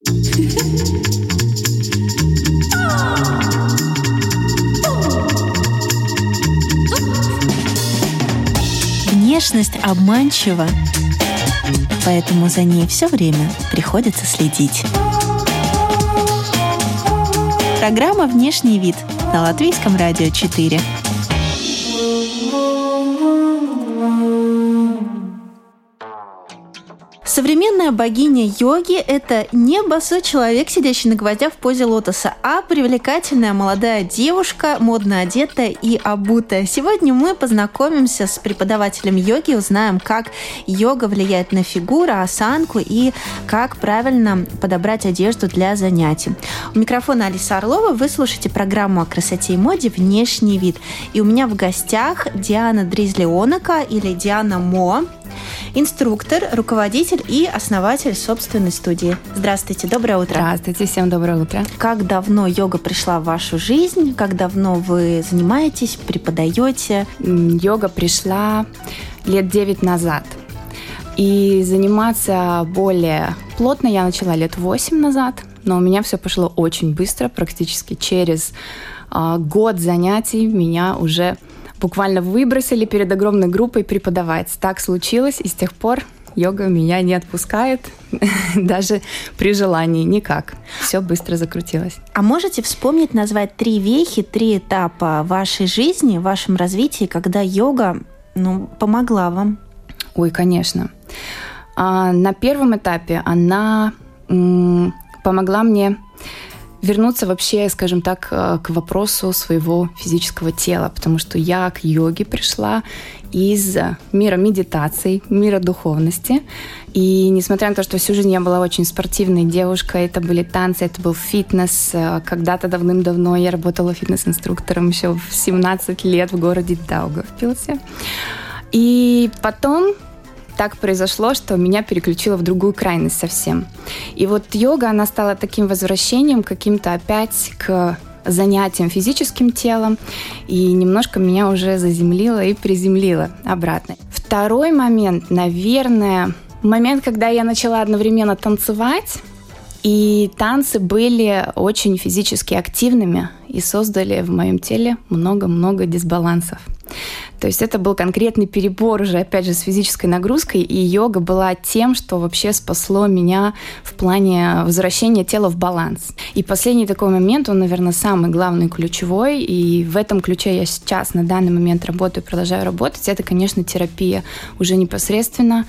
Внешность обманчива, поэтому за ней все время приходится следить. Программа «Внешний вид» на Латвийском радио 4. Современная богиня йоги – это не босой человек, сидящий на гвоздях в позе лотоса, а привлекательная молодая девушка, модно одетая и обутая. Сегодня мы познакомимся с преподавателем йоги, узнаем, как йога влияет на фигуру, осанку и как правильно подобрать одежду для занятий. У микрофона Алиса Орлова, вы слушаете программу о красоте и моде «Внешний вид». И у меня в гостях Диана Дризлионока или Диана Мо, инструктор, руководитель и основатель собственной студии. Здравствуйте, доброе утро. Здравствуйте, всем доброе утро. Как давно йога пришла в вашу жизнь? Как давно вы занимаетесь, преподаете? Йога пришла лет 9 назад. И заниматься более плотно я начала лет 8 назад. Но у меня все пошло очень быстро. Практически через год занятий меня уже буквально выбросили перед огромной группой преподавать. Так случилось, и с тех пор йога меня не отпускает, даже при желании, никак. Все быстро закрутилось. А можете вспомнить, назвать 3 вехи, 3 этапа вашей жизни, в вашем развитии, когда йога, помогла вам? Ой, конечно. На первом этапе она помогла мне вернуться вообще, скажем так, к вопросу своего физического тела, потому что я к йоге пришла из мира медитаций, мира духовности. И несмотря на то, что всю жизнь я была очень спортивной девушкой, это были танцы, это был фитнес. Когда-то давным-давно я работала фитнес-инструктором еще в 17 лет в городе Даугавпилсе. И потом так произошло, что меня переключило в другую крайность совсем. И вот йога, она стала таким возвращением каким-то опять к занятиям физическим телом, и немножко меня уже заземлила и приземлила обратно. Второй момент, наверное, момент, когда я начала одновременно танцевать, и танцы были очень физически активными и создали в моем теле много-много дисбалансов. То есть это был конкретный перебор уже, опять же, с физической нагрузкой, и йога была тем, что вообще спасло меня в плане возвращения тела в баланс. И последний такой момент, он, наверное, самый главный, ключевой, и в этом ключе я сейчас на данный момент работаю, продолжаю работать, это, конечно, терапия уже непосредственно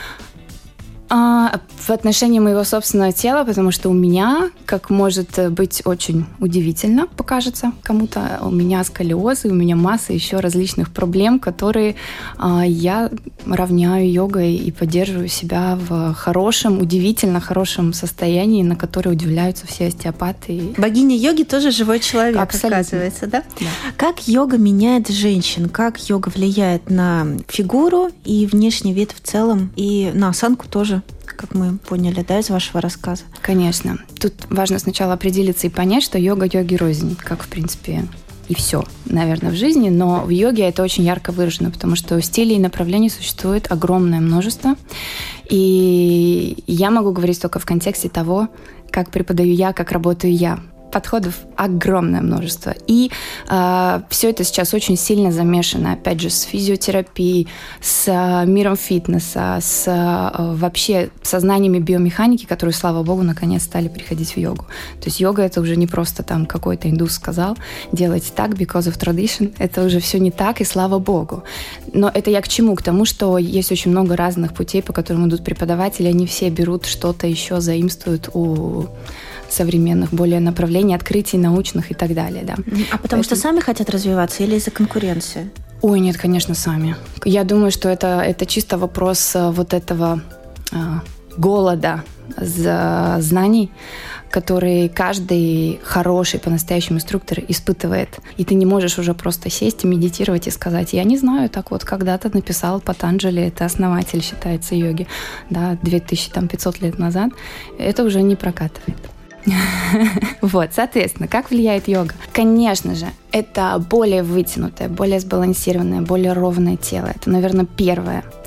в отношении моего собственного тела, потому что у меня, как может быть очень удивительно, покажется кому-то, у меня сколиоз, и у меня масса еще различных проблем, которые я равняю йогой и поддерживаю себя в хорошем, удивительно хорошем состоянии, на которое удивляются все остеопаты. Богиня йоги тоже живой человек, абсолютно. Оказывается, да? Да. Как йога меняет женщин? Как йога влияет на фигуру и внешний вид в целом, и на осанку тоже? Как мы поняли, да, из вашего рассказа? Конечно. Тут важно сначала определиться и понять, что йога йоги рознь, как, в принципе, и все, наверное, в жизни. Но в йоге это очень ярко выражено, потому что стилей и направлений существует огромное множество. И я могу говорить только в контексте того, как преподаю я, как работаю я. Подходов огромное множество. И все это сейчас очень сильно замешано, опять же, с физиотерапией, с миром фитнеса, с вообще сознаниями биомеханики, которые, слава богу, наконец стали приходить в йогу. То есть йога — это уже не просто там какой-то индус сказал, делайте так, because of tradition. Это уже все не так, и слава богу. Но это я к чему? К тому, что есть очень много разных путей, по которым идут преподаватели, они все берут что-то еще, заимствуют у современных более направлений, открытий научных и так далее, да. А потому что сами хотят развиваться или из-за конкуренции? Ой, нет, конечно, сами. Я думаю, что это чисто вопрос вот этого голода знаний, который каждый хороший по-настоящему инструктор испытывает. И ты не можешь уже просто сесть и медитировать и сказать: я не знаю, так вот когда-то написал Патанджали, это основатель, считается, йоги, да, 2500 лет назад. Это уже не прокатывает. Вот, соответственно, как влияет йога? Конечно же, это более вытянутое, более сбалансированное, более ровное тело. Это, наверное, первое.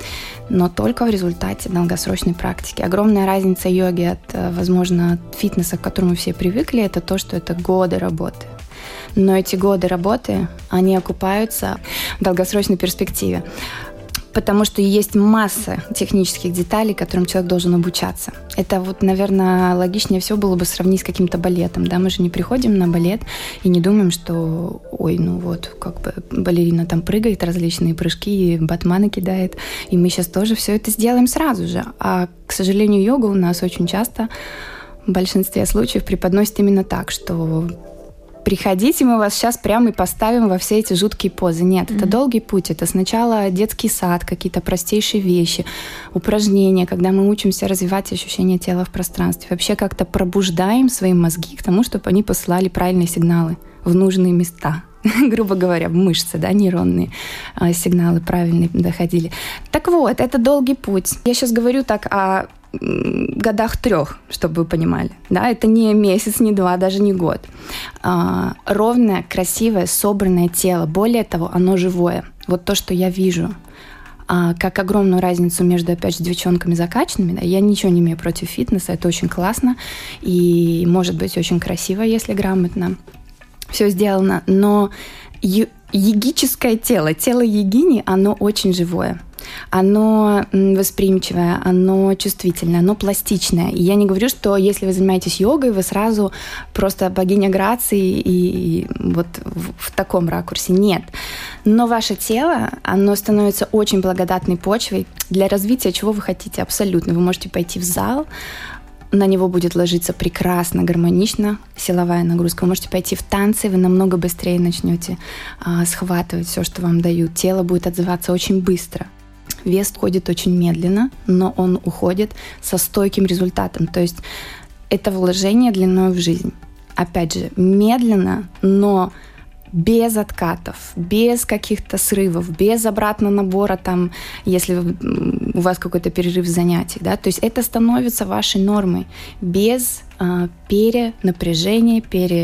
но только в результате долгосрочной практики. Огромная разница йоги от, возможно, фитнеса, к которому все привыкли, это то, что это годы работы. Но эти годы работы, они окупаются в долгосрочной перспективе. Потому что есть масса технических деталей, которым человек должен обучаться. Это вот, наверное, логичнее всего было бы сравнить с каким-то балетом. Да? Мы же не приходим на балет и не думаем, что, как бы балерина там прыгает, различные прыжки, батманы кидает, и мы сейчас тоже все это сделаем сразу же. А, к сожалению, йога у нас очень часто в большинстве случаев преподносит именно так, что приходите, мы вас сейчас прямо и поставим во все эти жуткие позы. Нет, это долгий путь. Это сначала детский сад, какие-то простейшие вещи, упражнения, когда мы учимся развивать ощущение тела в пространстве. Вообще как-то пробуждаем свои мозги к тому, чтобы они посылали правильные сигналы в нужные места. Грубо говоря, в мышцы, да, нейронные сигналы правильные доходили. Так вот, это долгий путь. Я сейчас говорю так о годах 3, чтобы вы понимали. Да? Это не месяц, не 2, даже не год. Ровное, красивое, собранное тело. Более того, оно живое. Вот то, что я вижу, как огромную разницу между, опять же, девчонками закачанными. Да? Я ничего не имею против фитнеса, это очень классно и может быть очень красиво, если грамотно все сделано. Но йогическое тело йогини, оно очень живое. Оно восприимчивое, оно чувствительное, оно пластичное. И я не говорю, что если вы занимаетесь йогой, вы сразу просто богиня грации и вот в таком ракурсе. Нет. Но ваше тело, оно становится очень благодатной почвой для развития, чего вы хотите абсолютно. Вы можете пойти в зал, на него будет ложиться прекрасно, гармонично силовая нагрузка. Вы можете пойти в танцы, вы намного быстрее начнете схватывать все, что вам дают. Тело будет отзываться очень быстро. Вес уходит очень медленно, но он уходит со стойким результатом. То есть это вложение длиной в жизнь. Опять же, медленно, но без откатов, без каких-то срывов, без обратного набора, там, если у вас какой-то перерыв занятий. Да? То есть это становится вашей нормой. Без перенапряжения,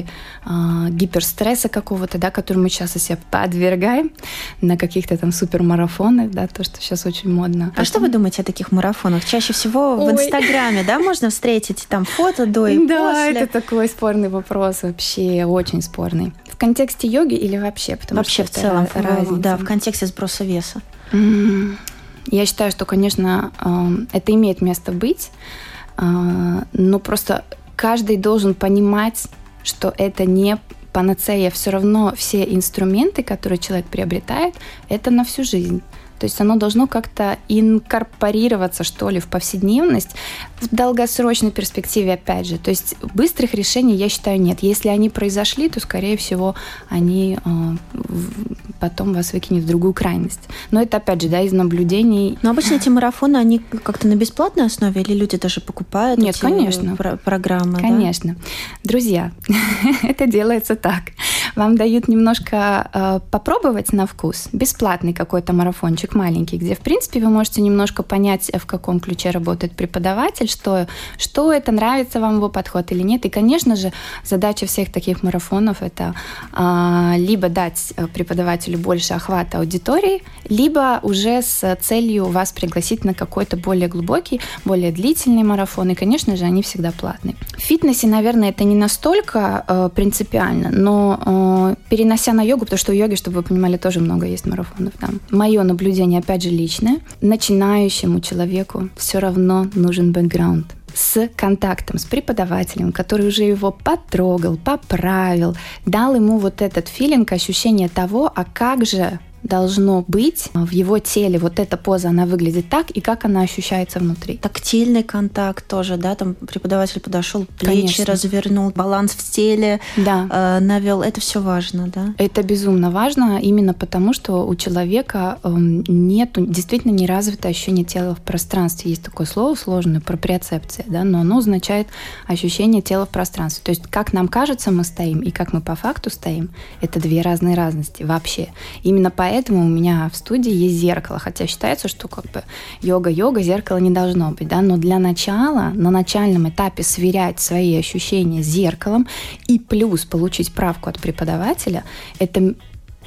гиперстресса какого-то, да, который мы сейчас себя подвергаем на каких-то там супермарафонах, да, то, что сейчас очень модно. А что вы думаете о таких марафонах? Чаще всего в Инстаграме, да, можно встретить там фото до и после? Да, это такой спорный вопрос, вообще очень спорный. В контексте йоги или вообще? Вообще в целом, да, в контексте сброса веса. Я считаю, что, конечно, это имеет место быть, но просто каждый должен понимать, что это не панацея. Все равно все инструменты, которые человек приобретает, это на всю жизнь. То есть оно должно как-то инкорпорироваться, что ли, в повседневность в долгосрочной перспективе, опять же. То есть быстрых решений, я считаю, нет. Если они произошли, то, скорее всего, они потом вас выкинет в другую крайность. Но это, опять же, да, из наблюдений. Но обычно эти марафоны, они как-то на бесплатной основе или люди даже покупают Нет, эти конечно. Программы? Конечно. Да? Друзья, это делается так. Вам дают немножко попробовать на вкус. Бесплатный какой-то марафончик маленький, где, в принципе, вы можете немножко понять, в каком ключе работает преподаватель, что это, нравится вам его подход или нет. И, конечно же, задача всех таких марафонов – это либо дать преподавателю больше охвата аудитории, либо уже с целью вас пригласить на какой-то более глубокий, более длительный марафон. И, конечно же, они всегда платные. В фитнесе, наверное, это не настолько принципиально, но перенося на йогу, потому что у йоги, чтобы вы понимали, тоже много есть марафонов там. Мое наблюдение, опять же, личное. Начинающему человеку все равно нужен бэкграунд с контактом с преподавателем, который уже его потрогал, поправил, дал ему вот этот филинг, ощущение того, а как же должно быть в его теле. Вот эта поза, она выглядит так, и как она ощущается внутри. Тактильный контакт тоже, да? Там преподаватель подошел, плечи развернул, баланс в теле навел. Это все важно, да? Это безумно важно именно потому, что у человека нету, действительно не развито ощущение тела в пространстве. Есть такое слово сложное, проприоцепция, да? Но оно означает ощущение тела в пространстве. То есть как нам кажется, мы стоим, и как мы по факту стоим, это две разные разности вообще. Именно поэтому у меня в студии есть зеркало, хотя считается, что как бы йога, зеркала не должно быть, да, но для начала, на начальном этапе сверять свои ощущения с зеркалом и плюс получить правку от преподавателя, это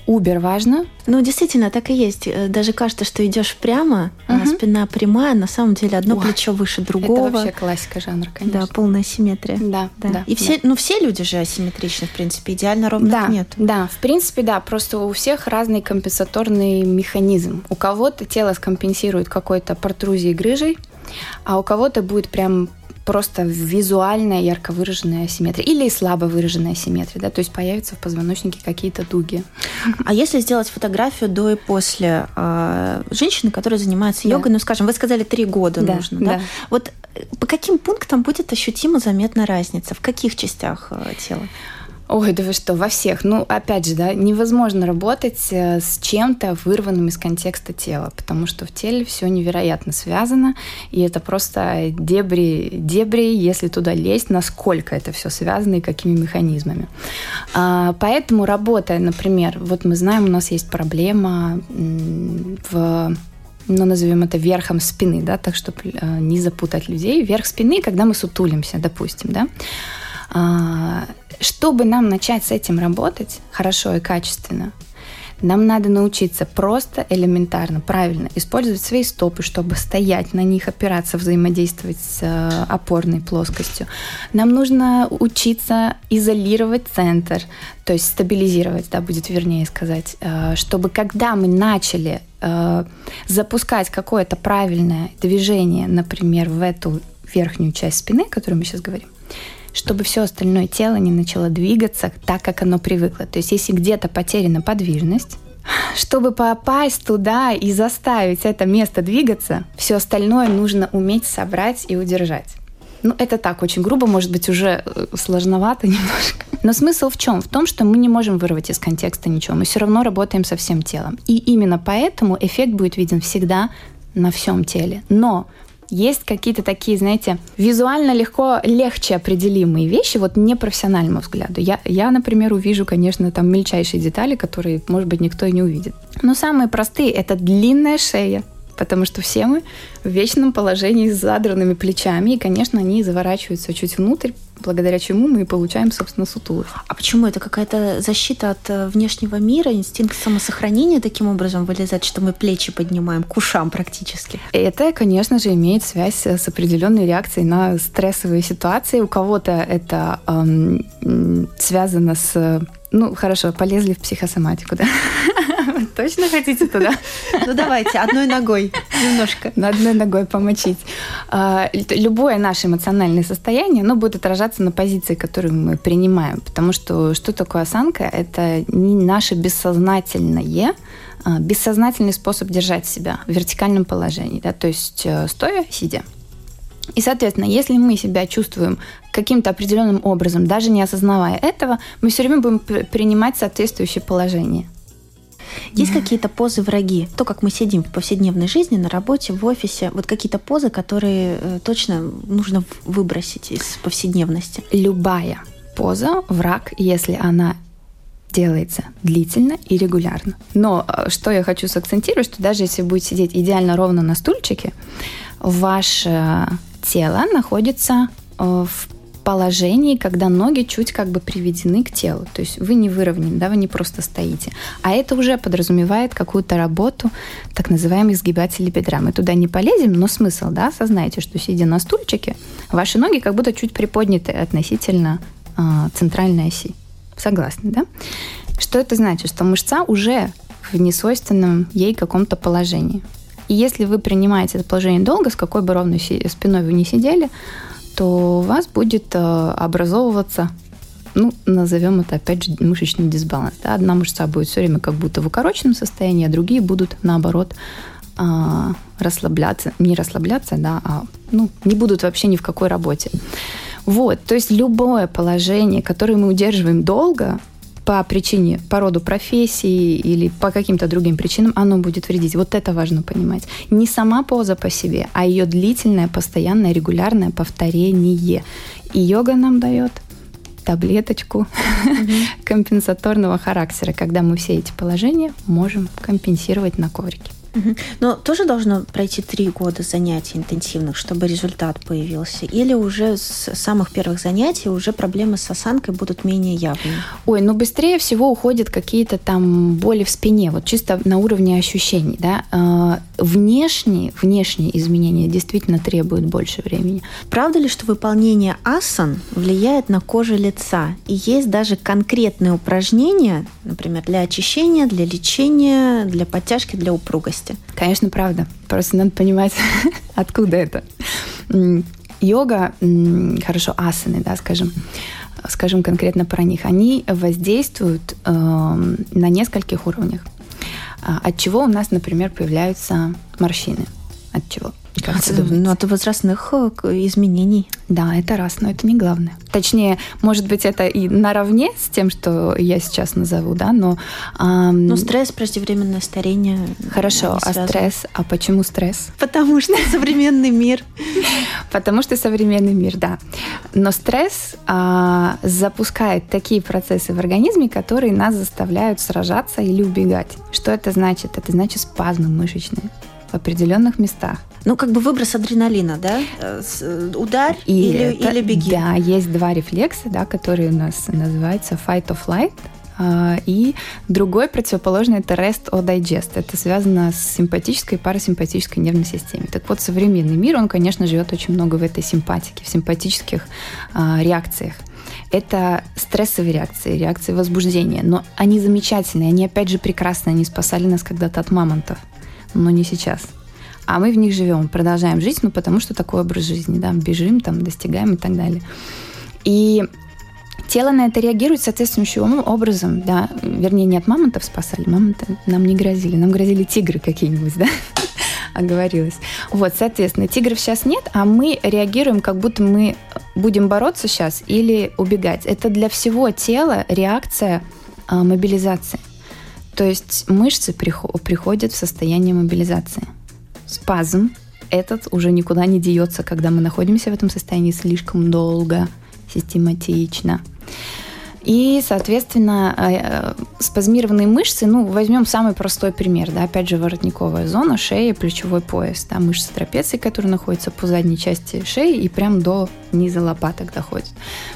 убер важно. Ну, действительно, так и есть. Даже кажется, что идешь прямо, спина прямая, на самом деле одно плечо выше другого. Это вообще классика жанра, конечно. Да, полная симметрия. Да. И все люди же асимметричны, в принципе, идеально ровных нет. Да, в принципе, да, просто у всех разный компенсаторный механизм. У кого-то тело скомпенсирует какой-то протрузией, грыжей, а у кого-то будет прям просто визуальная, ярко выраженная асимметрия или слабо выраженная асимметрия, да, то есть появятся в позвоночнике какие-то дуги. А если сделать фотографию до и после женщины, которая занимается йогой, ну, скажем, вы сказали 3 года нужно, да? Вот по каким пунктам будет ощутимо заметна разница? В каких частях тела? Ой, да вы что, во всех. Ну, опять же, да, невозможно работать с чем-то вырванным из контекста тела, потому что в теле все невероятно связано, и это просто дебри, если туда лезть, насколько это все связано и какими механизмами. Поэтому работая, например, вот мы знаем, у нас есть проблема назовем это верхом спины, да, так, чтобы не запутать людей. Верх спины, когда мы сутулимся, допустим, да. Чтобы нам начать с этим работать хорошо и качественно, нам надо научиться просто элементарно, правильно использовать свои стопы, чтобы стоять на них, опираться, взаимодействовать с опорной плоскостью. Нам нужно учиться изолировать центр, то есть стабилизировать, да, будет вернее сказать, чтобы когда мы начали запускать какое-то правильное движение, например, в эту верхнюю часть спины, о которой мы сейчас говорим, чтобы все остальное тело не начало двигаться так, как оно привыкло. То есть если где-то потеряна подвижность, чтобы попасть туда и заставить это место двигаться, все остальное нужно уметь собрать и удержать. Ну, это так, очень грубо, может быть, уже сложновато немножко. Но смысл в чем? В том, что мы не можем вырвать из контекста ничего. Мы все равно работаем со всем телом. И именно поэтому эффект будет виден всегда на всем теле. Но есть какие-то такие, знаете, визуально легче определимые вещи, вот непрофессиональному взгляду. Я, например, увижу, конечно, там мельчайшие детали, которые, может быть, никто и не увидит. Но самые простые – это длинная шея, потому что все мы в вечном положении с задранными плечами, и, конечно, они заворачиваются чуть внутрь, благодаря чему мы и получаем, собственно, сутулость. А почему? Это какая-то защита от внешнего мира, инстинкт самосохранения таким образом вылезает, что мы плечи поднимаем к ушам практически? Это, конечно же, имеет связь с определенной реакцией на стрессовые ситуации. У кого-то это связано с... Ну, хорошо, полезли в психосоматику, да? Вы точно хотите туда? Ну, давайте, одной ногой немножко. Одной ногой помочить. Любое наше эмоциональное состояние, оно будет отражаться на позиции, которую мы принимаем. Потому что такое осанка? Это наше бессознательный способ держать себя в вертикальном положении. Да? То есть стоя, сидя. И, соответственно, если мы себя чувствуем каким-то определенным образом, даже не осознавая этого, мы все время будем принимать соответствующее положение. Есть какие-то позы-враги? То, как мы сидим в повседневной жизни, на работе, в офисе, вот какие-то позы, которые точно нужно выбросить из повседневности? Любая поза – враг, если она делается длительно и регулярно. Но что я хочу сакцентировать, что даже если вы будете сидеть идеально ровно на стульчике, ваше тело находится в положении, когда ноги чуть как бы приведены к телу. То есть вы не выровнены, да, вы не просто стоите. А это уже подразумевает какую-то работу так называемых сгибателей бедра. Мы туда не полезем, но смысл, да, осознайте, что сидя на стульчике, ваши ноги как будто чуть приподняты относительно центральной оси. Согласны, да? Что это значит? Что мышца уже в несвойственном ей каком-то положении. И если вы принимаете это положение долго, с какой бы ровной спиной вы ни сидели, то у вас будет образовываться, ну, назовем это, опять же, мышечный дисбаланс. Да? Одна мышца будет все время как будто в укороченном состоянии, а другие будут, наоборот, расслабляться. Не расслабляться, да, не будут вообще ни в какой работе. Вот, то есть любое положение, которое мы удерживаем долго, по роду профессии или по каким-то другим причинам, оно будет вредить. Вот это важно понимать. Не сама поза по себе, а ее длительное, постоянное, регулярное повторение. И йога нам дает таблеточку компенсаторного характера, когда мы все эти положения можем компенсировать на коврике. Но тоже должно пройти 3 года занятий интенсивных, чтобы результат появился? Или уже с самых первых занятий уже проблемы с осанкой будут менее явными? Ой, ну быстрее всего уходят какие-то там боли в спине, вот чисто на уровне ощущений, да. Внешние изменения действительно требуют больше времени. Правда ли, что выполнение асан влияет на кожу лица? И есть даже конкретные упражнения, например, для очищения, для лечения, для подтяжки, для упругости? Конечно, правда. Просто надо понимать, откуда это. Йога, хорошо, асаны, да, скажем конкретно про них, они воздействуют на нескольких уровнях. От чего у нас, например, появляются морщины? От чего? От возрастных изменений. Да, это раз, но это не главное. Точнее, может быть, это и наравне с тем, что я сейчас назову, да, но... стресс, преждевременное старение... Хорошо, а стресс? А почему стресс? Потому что современный мир. Потому что современный мир, да. Но стресс запускает такие процессы в организме, которые нас заставляют сражаться или убегать. Что это значит? Это значит спазмы мышечные в определенных местах. Выброс адреналина, да? Удар или беги. Да, есть 2 рефлекса, да, которые у нас называются fight or flight, и другой противоположный — это rest or digest. Это связано с симпатической и парасимпатической нервной системой. Так вот, современный мир, он, конечно, живет очень много в этой симпатике, в симпатических реакциях. Это стрессовые реакции возбуждения, но они замечательные, они опять же прекрасные, они спасали нас когда-то от мамонтов, но не сейчас. А мы в них живем, продолжаем жить, потому что такой образ жизни, да, бежим, достигаем и так далее. И тело на это реагирует соответствующим образом, да, вернее, не от мамонтов спасали, мамонты нам не грозили, нам грозили тигры какие-нибудь, да, оговорилась. Вот, соответственно, тигров сейчас нет, а мы реагируем, как будто мы будем бороться сейчас или убегать. Это для всего тела реакция мобилизации. То есть мышцы приходят в состояние мобилизации. Спазм этот уже никуда не деется, когда мы находимся в этом состоянии слишком долго, систематично. И, соответственно, спазмированные мышцы, возьмем самый простой пример, да, опять же, воротниковая зона, шея, плечевой пояс, да, мышцы трапеции, которые находятся по задней части шеи и прям до низа лопаток доходят.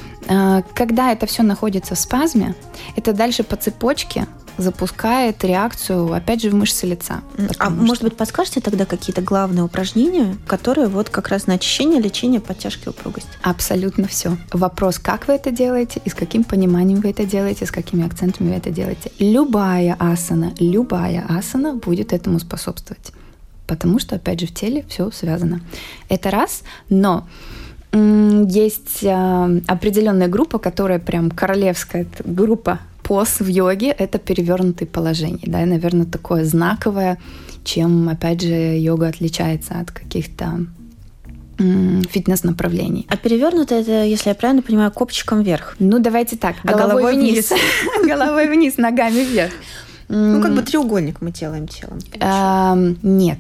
Когда это все находится в спазме, это дальше по цепочке запускает реакцию, опять же, в мышцы лица. Может быть, подскажете тогда какие-то главные упражнения, которые как раз на очищение, лечение, подтяжки, упругость? Абсолютно все. Вопрос, как вы это делаете, и с каким пониманием вы это делаете, с какими акцентами вы это делаете. Любая асана будет этому способствовать. Потому что, опять же, в теле все связано. Это раз, но есть определенная группа, которая прям королевская группа поз в йоге, это перевернутые положения. Да, и, наверное, такое знаковое, чем, опять же, йога отличается от каких-то фитнес-направлений. А перевернутое это, если я правильно понимаю, копчиком вверх? Давайте так. Головой вниз. Головой вниз, ногами вверх. Треугольник мы делаем телом. Нет.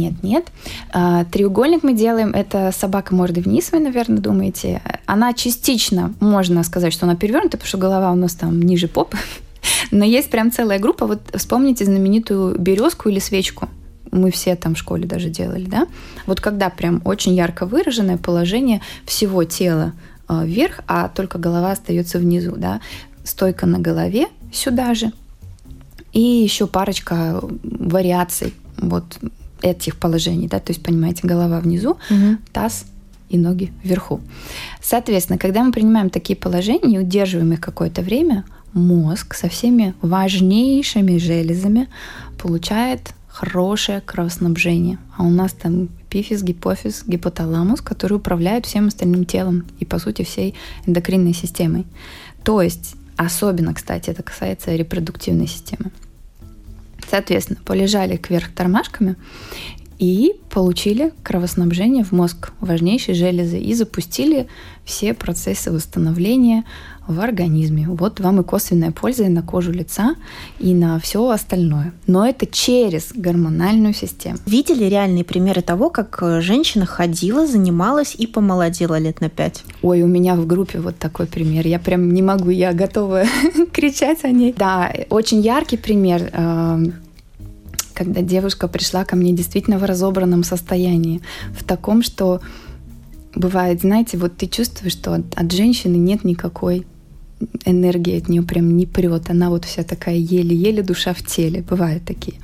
Треугольник мы делаем, это собака мордой вниз, вы, наверное, думаете. Она частично, можно сказать, что она перевернута, потому что голова у нас там ниже попы. Но есть прям целая группа. Вот вспомните знаменитую березку или свечку. Мы все там в школе даже делали, да? Вот когда прям очень ярко выраженное положение всего тела вверх, а только голова остается внизу, да? Стойка на голове сюда же. И еще парочка вариаций этих положений, да, то есть, понимаете, голова внизу, таз и ноги вверху. Соответственно, когда мы принимаем такие положения и удерживаем их какое-то время, мозг со всеми важнейшими железами получает хорошее кровоснабжение. А у нас там эпифиз, гипофиз, гипоталамус, которые управляют всем остальным телом и, по сути, всей эндокринной системой. То есть, особенно, кстати, это касается репродуктивной системы. Соответственно, полежали кверх тормашками и получили кровоснабжение в мозг важнейшей железы и запустили все процессы восстановления в организме. Вот вам и косвенная польза и на кожу лица, и на все остальное. Но это через гормональную систему. Видели реальные примеры того, как женщина ходила, занималась и помолодела лет на 5? Ой, у меня в группе вот такой пример. Я прям не могу, я готова кричать о ней. Да, очень яркий пример. когда девушка пришла ко мне действительно в разобранном состоянии, в таком, что бывает, знаете, вот ты чувствуешь, что от женщины нет никакой энергии, от нее прям не прет, она вот вся такая еле-еле душа в теле, бывают такие.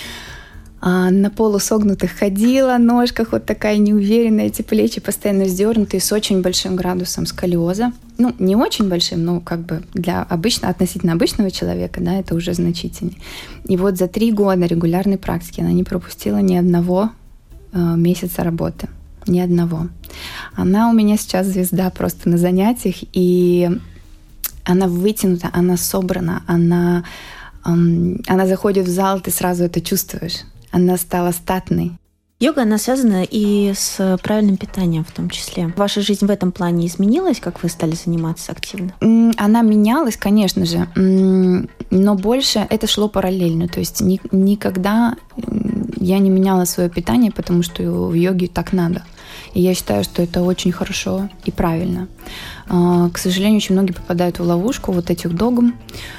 На полусогнутых ходила, ножках вот такая неуверенная, эти плечи постоянно вздернутые, с очень большим градусом сколиоза. Ну, не очень большим, но как бы относительно обычного человека, да, это уже значительнее. И вот за 3 года регулярной практики она не пропустила ни одного месяца работы. Ни одного. Она у меня сейчас звезда просто на занятиях, и она вытянута, она собрана, она заходит в зал, ты сразу это чувствуешь. Она стала статной. Йога, она связана и с правильным питанием в том числе. Ваша жизнь в этом плане изменилась, как вы стали заниматься активно? Она менялась, конечно же, но больше это шло параллельно. То есть никогда я не меняла свое питание, потому что в йоге так надо. И я считаю, что это очень хорошо и правильно. К сожалению, очень многие попадают в ловушку вот этих догм,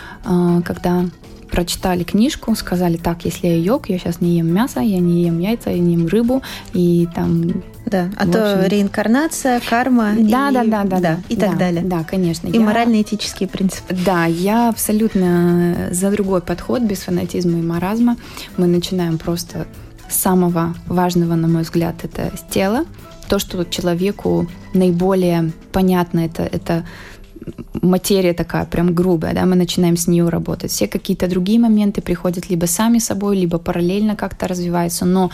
когда прочитали книжку, сказали: так, если я йог, я сейчас не ем мясо, я не ем яйца, я не ем рыбу, и там... Да, то реинкарнация, карма и так далее. Да, конечно. И морально-этические принципы. Да, я абсолютно за другой подход, без фанатизма и маразма. Мы начинаем просто с самого важного, на мой взгляд, это с тела. То, что человеку наиболее понятно, это материя такая прям грубая, да, мы начинаем с нее работать. Все какие-то другие моменты приходят либо сами собой, либо параллельно как-то развиваются, но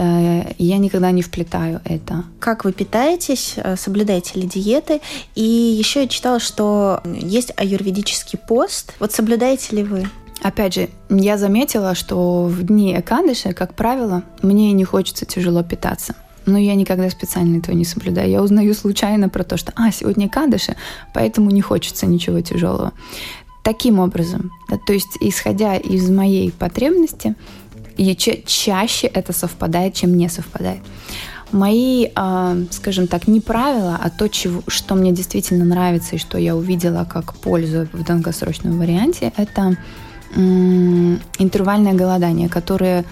я никогда не вплетаю это. Как вы питаетесь, соблюдаете ли диеты? И еще я читала, что есть аюрведический пост. Вот соблюдаете ли вы? Опять же, я заметила, что в дни Экадыши, как правило, мне не хочется тяжело питаться. Но я никогда специально этого не соблюдаю. Я узнаю случайно про то, что сегодня Экадыши, поэтому не хочется ничего тяжелого. Таким образом, да, то есть исходя из моей потребности, и чаще это совпадает, чем не совпадает. Мои, скажем так, не правила, а то, что мне действительно нравится и что я увидела как пользу в долгосрочном варианте, это интервальное голодание, которое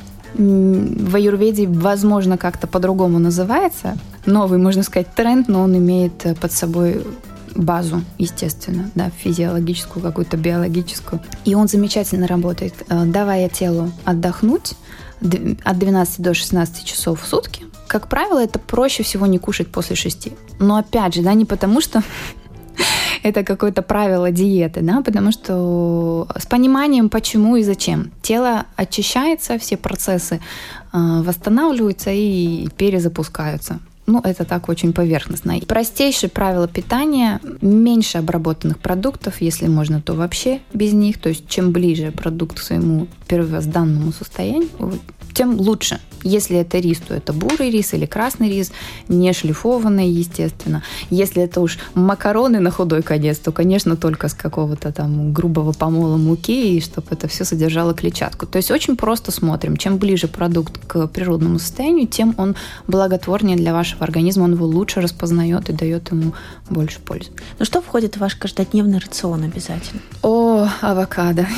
в аюрведе, возможно, как-то по-другому называется. Новый, можно сказать, тренд, но он имеет под собой базу, естественно, да, физиологическую, какую-то биологическую. И он замечательно работает, давая телу отдохнуть от 12 до 16 часов в сутки. Как правило, это проще всего не кушать после 6. Но опять же, да, не потому что это какое-то правило диеты, да, потому что с пониманием, почему и зачем. Тело очищается, все процессы восстанавливаются и перезапускаются. Ну, это так очень поверхностно. И простейшее правило питания – меньше обработанных продуктов, если можно, то вообще без них. То есть чем ближе продукт к своему первозданному состоянию, тем лучше. Если это рис, то это бурый рис или красный рис, не шлифованный, естественно. Если это уж макароны на худой конец, то, конечно, только с какого-то там грубого помола муки, и чтобы это все содержало клетчатку. То есть очень просто смотрим. Чем ближе продукт к природному состоянию, тем он благотворнее для вашего организма, он его лучше распознает и дает ему больше пользы. Ну что входит в ваш каждодневный рацион обязательно? Авокадо.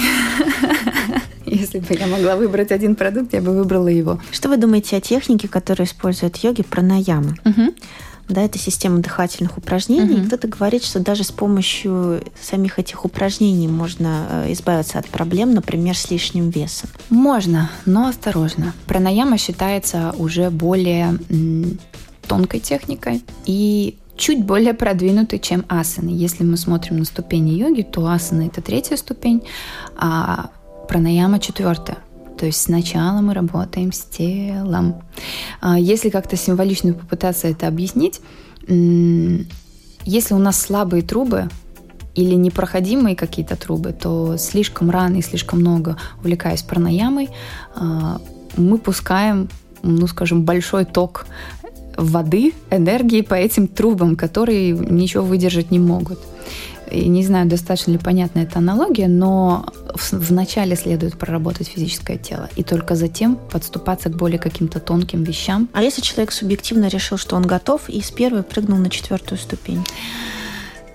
Если бы я могла выбрать один продукт, я бы выбрала его. Что вы думаете о технике, которую используют йоги, пранаямы? Да, это система дыхательных упражнений. Кто-то говорит, что даже с помощью самих этих упражнений можно избавиться от проблем, например, с лишним весом. Можно, но осторожно. Пранаяма считается уже более тонкой техникой и чуть более продвинутой, чем асаны. Если мы смотрим на ступени йоги, то асана — это 3-я ступень, а пранаяма 4-я. То есть сначала мы работаем с телом. Если как-то символично попытаться это объяснить, если у нас слабые трубы или непроходимые какие-то трубы, то слишком рано и слишком много, увлекаясь пранаямой, мы пускаем, скажем, большой ток воды, энергии по этим трубам, которые ничего выдержать не могут. И не знаю, достаточно ли понятна эта аналогия, но вначале следует проработать физическое тело, и только затем подступаться к более каким-то тонким вещам. А если человек субъективно решил, что он готов, и с 1-й прыгнул на 4-ю ступень?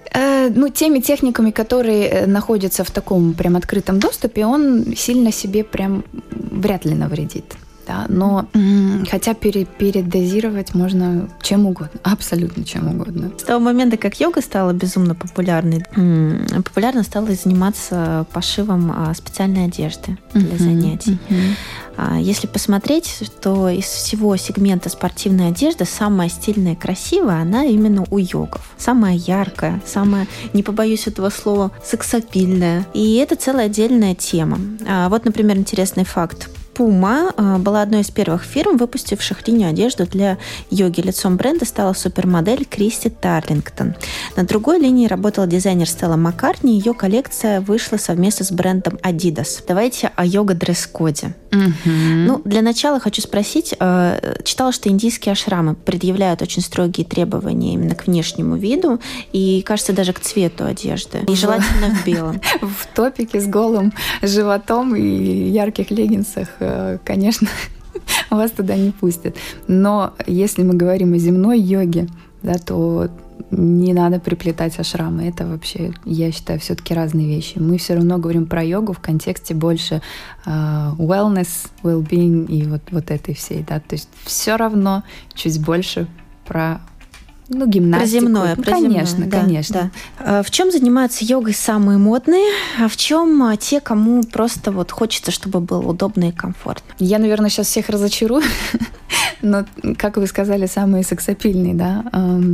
теми техниками, которые находятся в таком прям открытом доступе, он сильно себе прям вряд ли навредит. Да, но хотя передозировать можно чем угодно, абсолютно чем угодно. С того момента, как йога стала безумно популярной, популярно стало заниматься пошивом специальной одежды для занятий. Если посмотреть, то из всего сегмента спортивной одежды самая стильная и красивая, она именно у йогов. Самая яркая, самая, не побоюсь этого слова, сексапильная. И это целая отдельная тема. Вот, например, интересный факт. Puma была одной из первых фирм, выпустивших линию одежды для йоги. Лицом бренда стала супермодель Кристи Тарлингтон. На другой линии работал дизайнер Стелла Маккартни. Ее коллекция вышла совместно с брендом Adidas. Давайте о йога-дресс-коде. Для начала хочу спросить. Читала, что индийские ашрамы предъявляют очень строгие требования именно к внешнему виду и, кажется, даже к цвету одежды. И желательно в белом. В топике с голым животом и ярких леггинсах, конечно, вас туда не пустят. Но если мы говорим о земной йоге, да, то не надо приплетать ашрамы. Это вообще, я считаю, все-таки разные вещи. Мы все равно говорим про йогу в контексте больше wellness, well-being и вот этой всей. Да? То есть все равно чуть больше про гимнастику. Про земное. Конечно, да, конечно. Да. В чем занимаются йогой самые модные, а в чем те, кому просто хочется, чтобы было удобно и комфортно? Я, наверное, сейчас всех разочарую, но, как вы сказали, самые сексапильные, да,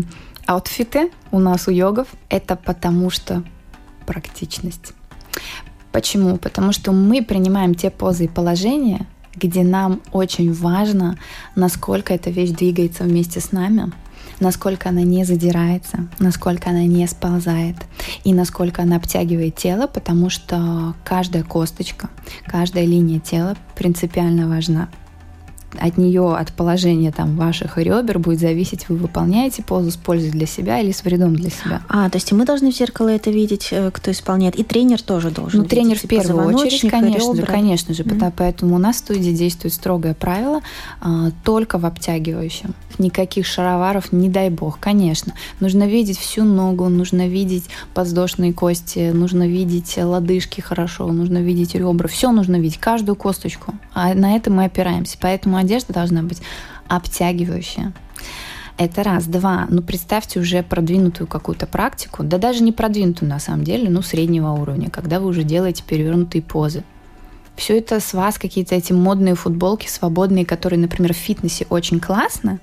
аутфиты у нас у йогов. Это потому что практичность. Почему? Потому что мы принимаем те позы и положения, где нам очень важно, насколько эта вещь двигается вместе с нами, насколько она не задирается, насколько она не сползает и насколько она обтягивает тело, потому что каждая косточка, каждая линия тела принципиально важна. От нее, от положения ваших ребер будет зависеть, вы выполняете позу с пользой для себя или с вредом для себя. То есть и мы должны в зеркало это видеть, кто исполняет, и тренер тоже должен видеть. Тренер в первую очередь, конечно же, поэтому у нас в студии действует строгое правило только в обтягивающем. Никаких шароваров, не дай бог, конечно. Нужно видеть всю ногу, нужно видеть подвздошные кости, нужно видеть лодыжки хорошо, нужно видеть ребра, все нужно видеть, каждую косточку. А на это мы опираемся, поэтому одежда должна быть обтягивающая. Это раз. Два. Представьте уже продвинутую какую-то практику, да даже не продвинутую на самом деле, среднего уровня, когда вы уже делаете перевернутые позы. Все это с вас какие-то эти модные футболки свободные, которые, например, в фитнесе очень классно.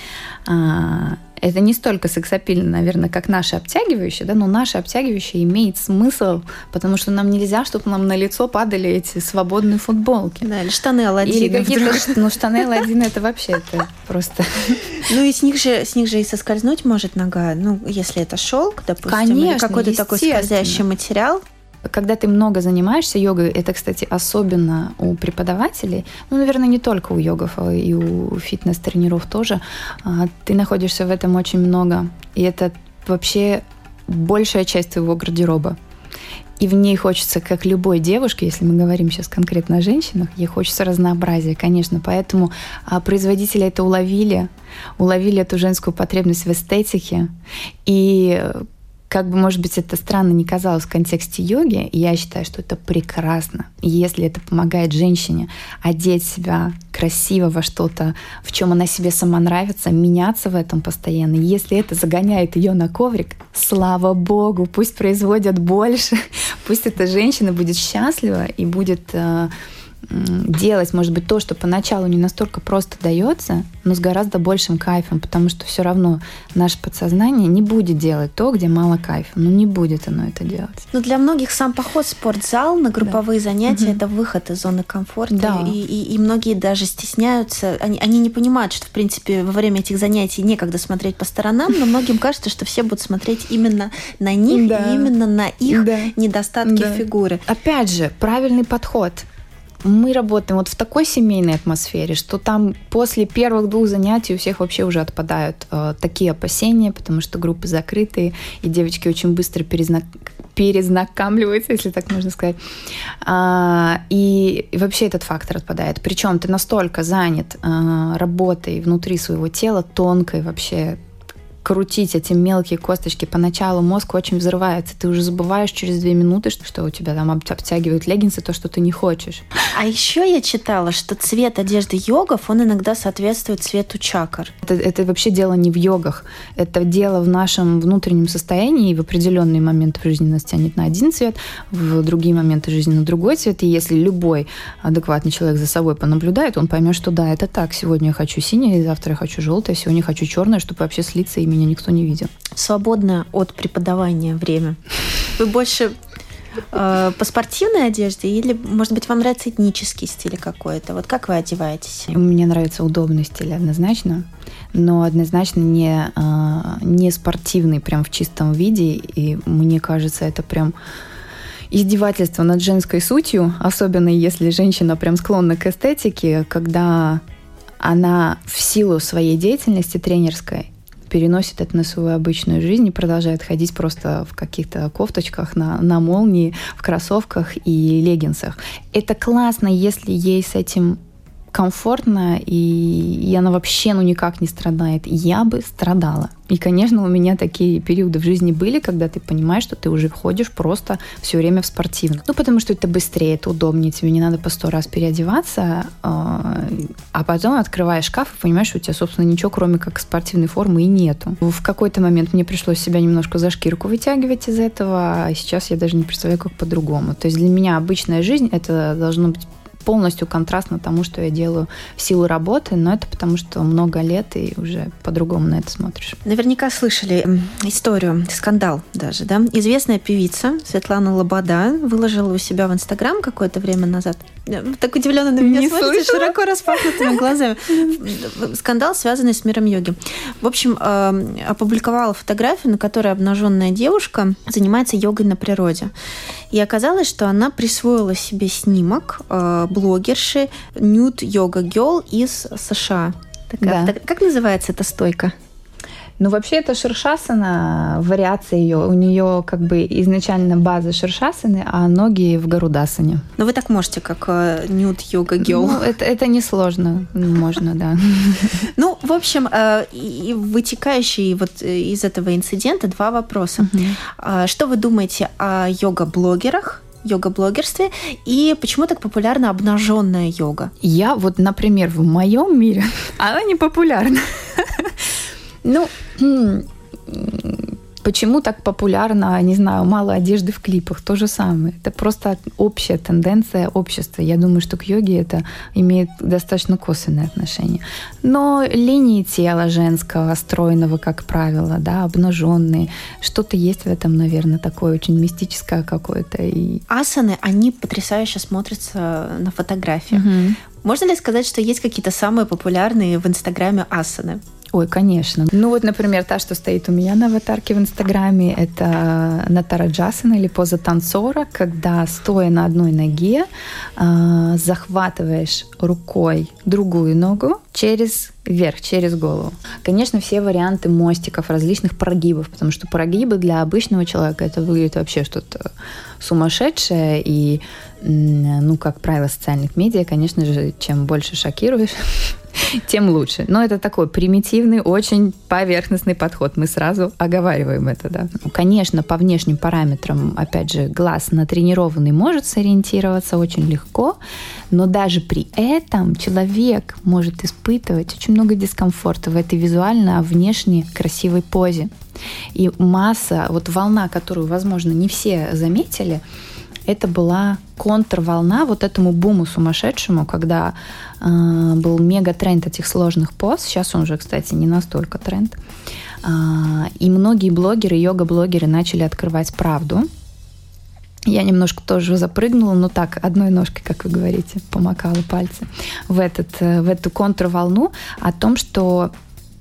Это не столько сексапильно, наверное, как наши обтягивающие, да, но наши обтягивающие имеет смысл, потому что нам нельзя, чтобы нам на лицо падали эти свободные футболки. Да, или штаны Аладдина. Или какие-то, штаны Аладдина, это вообще это просто... И с них же и соскользнуть может нога, если это шелк, допустим, конечно, или какой-то такой скользящий материал. Когда ты много занимаешься йогой, это, кстати, особенно у преподавателей, наверное, не только у йогов, а и у фитнес-тренеров тоже, ты находишься в этом очень много. И это вообще большая часть твоего гардероба. И в ней хочется, как любой девушке, если мы говорим сейчас конкретно о женщинах, ей хочется разнообразия, конечно. Поэтому производители это уловили эту женскую потребность в эстетике. И как бы, может быть, это странно не казалось в контексте йоги, я считаю, что это прекрасно. И если это помогает женщине одеть себя красиво во что-то, в чем она себе сама нравится, меняться в этом постоянно, если это загоняет ее на коврик, слава богу, пусть производят больше, пусть эта женщина будет счастлива и будет делать, может быть, то, что поначалу не настолько просто дается, но с гораздо большим кайфом, потому что все равно наше подсознание не будет делать то, где мало кайфа. Не будет оно это делать. Для многих сам поход в спортзал на групповые занятия это выход из зоны комфорта. Да. И многие даже стесняются. Они не понимают, что, в принципе, во время этих занятий некогда смотреть по сторонам, но многим кажется, что все будут смотреть именно на них и именно на их недостатки фигуры. Опять же, правильный подход. Мы работаем в такой семейной атмосфере, что там после первых 2 занятий у всех вообще уже отпадают такие опасения, потому что группы закрытые, и девочки очень быстро перезнакомливаются, если так можно сказать. И вообще этот фактор отпадает. Причем ты настолько занят работой внутри своего тела, тонкой вообще, крутить эти мелкие косточки, поначалу мозг очень взрывается. Ты уже забываешь через 2 минуты, что у тебя там обтягивают леггинсы, то, что ты не хочешь. А еще я читала, что цвет одежды йогов, он иногда соответствует цвету чакр. Это вообще дело не в йогах. Это дело в нашем внутреннем состоянии. И в определенные моменты в жизни нас тянет на один цвет, в другие моменты жизни на другой цвет. И если любой адекватный человек за собой понаблюдает, он поймет, что да, это так. Сегодня я хочу синее, завтра я хочу желтое, сегодня я хочу черное, чтобы вообще слиться, и меня никто не видел. Свободное от преподавания время. Вы больше по спортивной одежде или, может быть, вам нравится этнический стиль какой-то? Вот как вы одеваетесь? Мне нравится удобный стиль однозначно, но однозначно не спортивный прям в чистом виде. И мне кажется, это прям издевательство над женской сутью, особенно если женщина прям склонна к эстетике, когда она в силу своей деятельности тренерской переносит это на свою обычную жизнь и продолжает ходить просто в каких-то кофточках на молнии, в кроссовках и леггинсах. Это классно, если ей с этим комфортно, и она вообще никак не страдает. Я бы страдала. И, конечно, у меня такие периоды в жизни были, когда ты понимаешь, что ты уже ходишь просто все время в спортивном. Потому что это быстрее, это удобнее, тебе не надо по 100 раз переодеваться, а потом открываешь шкаф и понимаешь, что у тебя, собственно, ничего, кроме как спортивной формы, и нету. В какой-то момент мне пришлось себя немножко за шкирку вытягивать из этого, а сейчас я даже не представляю, как по-другому. То есть для меня обычная жизнь — это должно быть полностью контрастно тому, что я делаю в силу работы, но это потому, что много лет и уже по-другому на это смотришь. Наверняка слышали историю, скандал даже, да? Известная певица Светлана Лобода выложила у себя в Инстаграм какое-то время назад. Так удивленно на меня смотрите, широко распахнутыми глазами. Скандал, связанный с миром йоги. В общем, опубликовала фотографию, на которой обнаженная девушка занимается йогой на природе. И оказалось, что она присвоила себе снимок блогерши Nude Yoga Girl из США. Да. Как называется эта стойка? Вообще это ширшасана, вариация ее. У нее как бы изначально база ширшасаны, а ноги в гарудасане. Но вы так можете, как Nude Yoga Girl. Это несложно. Можно, да. В общем, и вытекающие вот из этого инцидента 2 вопроса. Что вы думаете о йога-блогерах, йога-блогерстве, и почему так популярна обнаженная йога? Я например, в моем мире она не популярна. Почему так популярно, не знаю, мало одежды в клипах? То же самое. Это просто общая тенденция общества. Я думаю, что к йоге это имеет достаточно косвенное отношение. Но линии тела женского, стройного, как правило, да, обнаженные, что-то есть в этом, наверное, такое очень мистическое какое-то. Асаны, они потрясающе смотрятся на фотографиях. Можно ли сказать, что есть какие-то самые популярные в Инстаграме асаны? Ой, конечно. Например, та, что стоит у меня на аватарке в Инстаграме, это Натараджасана или поза танцора, когда, стоя на одной ноге, захватываешь рукой другую ногу вверх, через голову. Конечно, все варианты мостиков, различных прогибов, потому что прогибы для обычного человека это выглядит вообще что-то сумасшедшее, и, как правило, социальных медиа, конечно же, чем больше шокируешь, тем лучше. Но это такой примитивный, очень поверхностный подход. Мы сразу оговариваем это, да. Конечно, по внешним параметрам, опять же, глаз натренированный может сориентироваться очень легко, но даже при этом человек может испытывать очень много дискомфорта в этой визуально, внешне красивой позе. И масса, волна, которую, возможно, не все заметили, это была контрволна этому буму сумасшедшему, когда был мега-тренд этих сложных поз. Сейчас он уже, кстати, не настолько тренд. И многие блогеры, йога-блогеры начали открывать правду. Я немножко тоже запрыгнула, но так, одной ножкой, как вы говорите, помакала пальцы в эту контрволну о том, что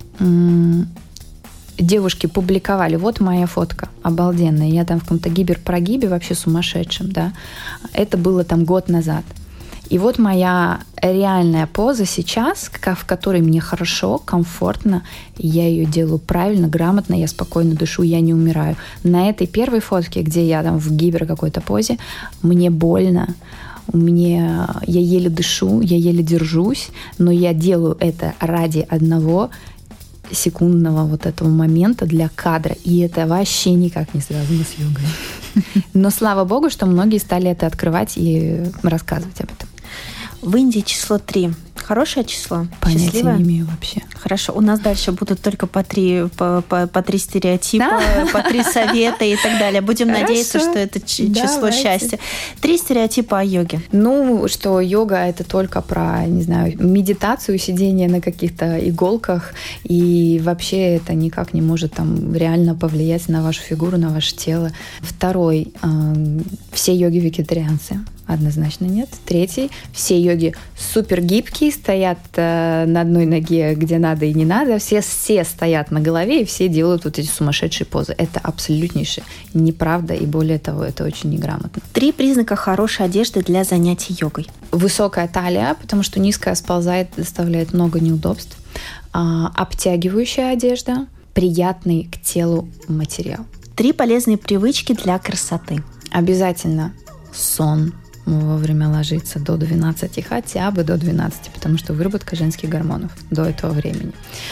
девушки публиковали, вот моя фотка обалденная, я там в каком-то гиперпрогибе вообще сумасшедшем, да, это было там год назад. И вот моя реальная поза сейчас, в которой мне хорошо, комфортно, я ее делаю правильно, грамотно, я спокойно дышу, я не умираю. На этой первой фотке, где я там в гипер какой-то позе, мне больно, я еле дышу, я еле держусь, но я делаю это ради одного, секундного вот этого момента для кадра. И это вообще никак не связано с йогой. Но слава богу, что многие стали это открывать и рассказывать об этом. В Индии число 3. Хорошее число? Понятия Счастливое? не имею вообще. Хорошо. У нас дальше будут только по 3 стереотипа, по 3 совета и так далее. Будем надеяться, что это число счастья. 3 стереотипа о йоге. Что йога — это только про, не знаю, медитацию, сидение на каких-то иголках, и вообще это никак не может там реально повлиять на вашу фигуру, на ваше тело. 2. Все йоги вегетарианцы. Однозначно нет. 3. Все йоги супер гибкие, стоят на одной ноге, где надо и не надо. Все стоят на голове, и все делают вот эти сумасшедшие позы. Это абсолютнейшая неправда, и более того, это очень неграмотно. 3 признака хорошей одежды для занятий йогой. Высокая талия, потому что низкая сползает, доставляет много неудобств. Обтягивающая одежда, приятный к телу материал. 3 полезные привычки для красоты. Обязательно сон. Вовремя ложиться до 12, хотя бы до 12, потому что выработка женских гормонов до этого времени.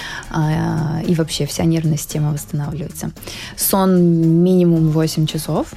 И вообще вся нервная система восстанавливается. Сон минимум 8 часов.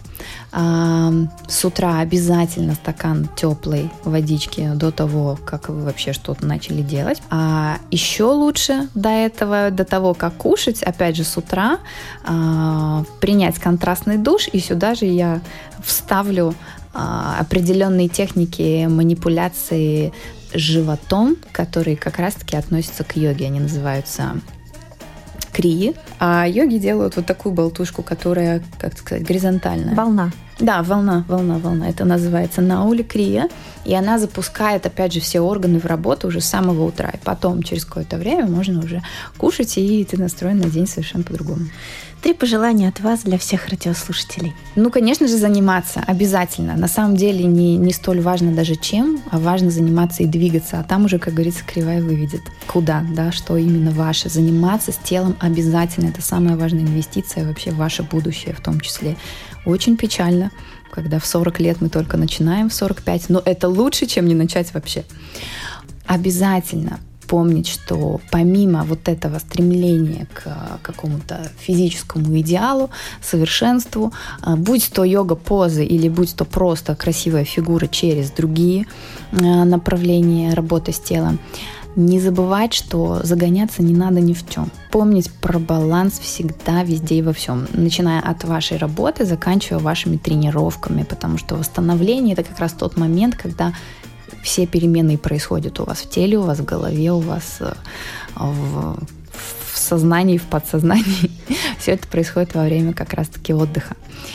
С утра обязательно стакан теплой водички до того, как вы вообще что-то начали делать. А еще лучше до того, как кушать, опять же с утра, принять контрастный душ. И сюда же я вставлю определенные техники манипуляции животом, которые как раз-таки относятся к йоге. Они называются крии. А йоги делают вот такую болтушку, которая, как сказать, горизонтальная. Волна. Да, волна. Это называется наули крия. И она запускает, опять же, все органы в работу уже с самого утра. И потом, через какое-то время, можно уже кушать, и ты настроен на день совершенно по-другому. 3 пожелания от вас для всех радиослушателей. Конечно же, заниматься обязательно. На самом деле не столь важно даже чем, а важно заниматься и двигаться. А там уже, как говорится, кривая выведет. Куда, да, что именно ваше. Заниматься с телом обязательно. Это самая важная инвестиция вообще в ваше будущее в том числе. Очень печально, когда в 40 лет мы только начинаем, в 45, но это лучше, чем не начать вообще. Обязательно помнить, что помимо вот этого стремления к какому-то физическому идеалу, совершенству, будь то йога-позы или будь то просто красивая фигура через другие направления работы с телом, не забывать, что загоняться не надо ни в чем. Помнить про баланс всегда, везде и во всем. Начиная от вашей работы, заканчивая вашими тренировками, потому что восстановление — это как раз тот момент, когда все перемены происходят у вас в теле, у вас в голове, у вас в сознании, в подсознании. Все это происходит во время как раз-таки отдыха.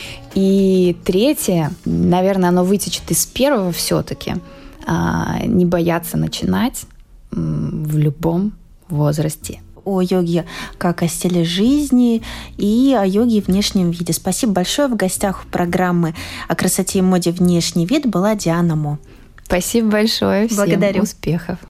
И 3, наверное, оно вытечет из 1 все-таки. Не бояться начинать в любом возрасте. О йоге как о стиле жизни и о йоге в внешнем виде. Спасибо большое. В гостях программы о красоте и моде «Внешний вид» была Диана Мо. Спасибо большое. Всем благодарю. Успехов.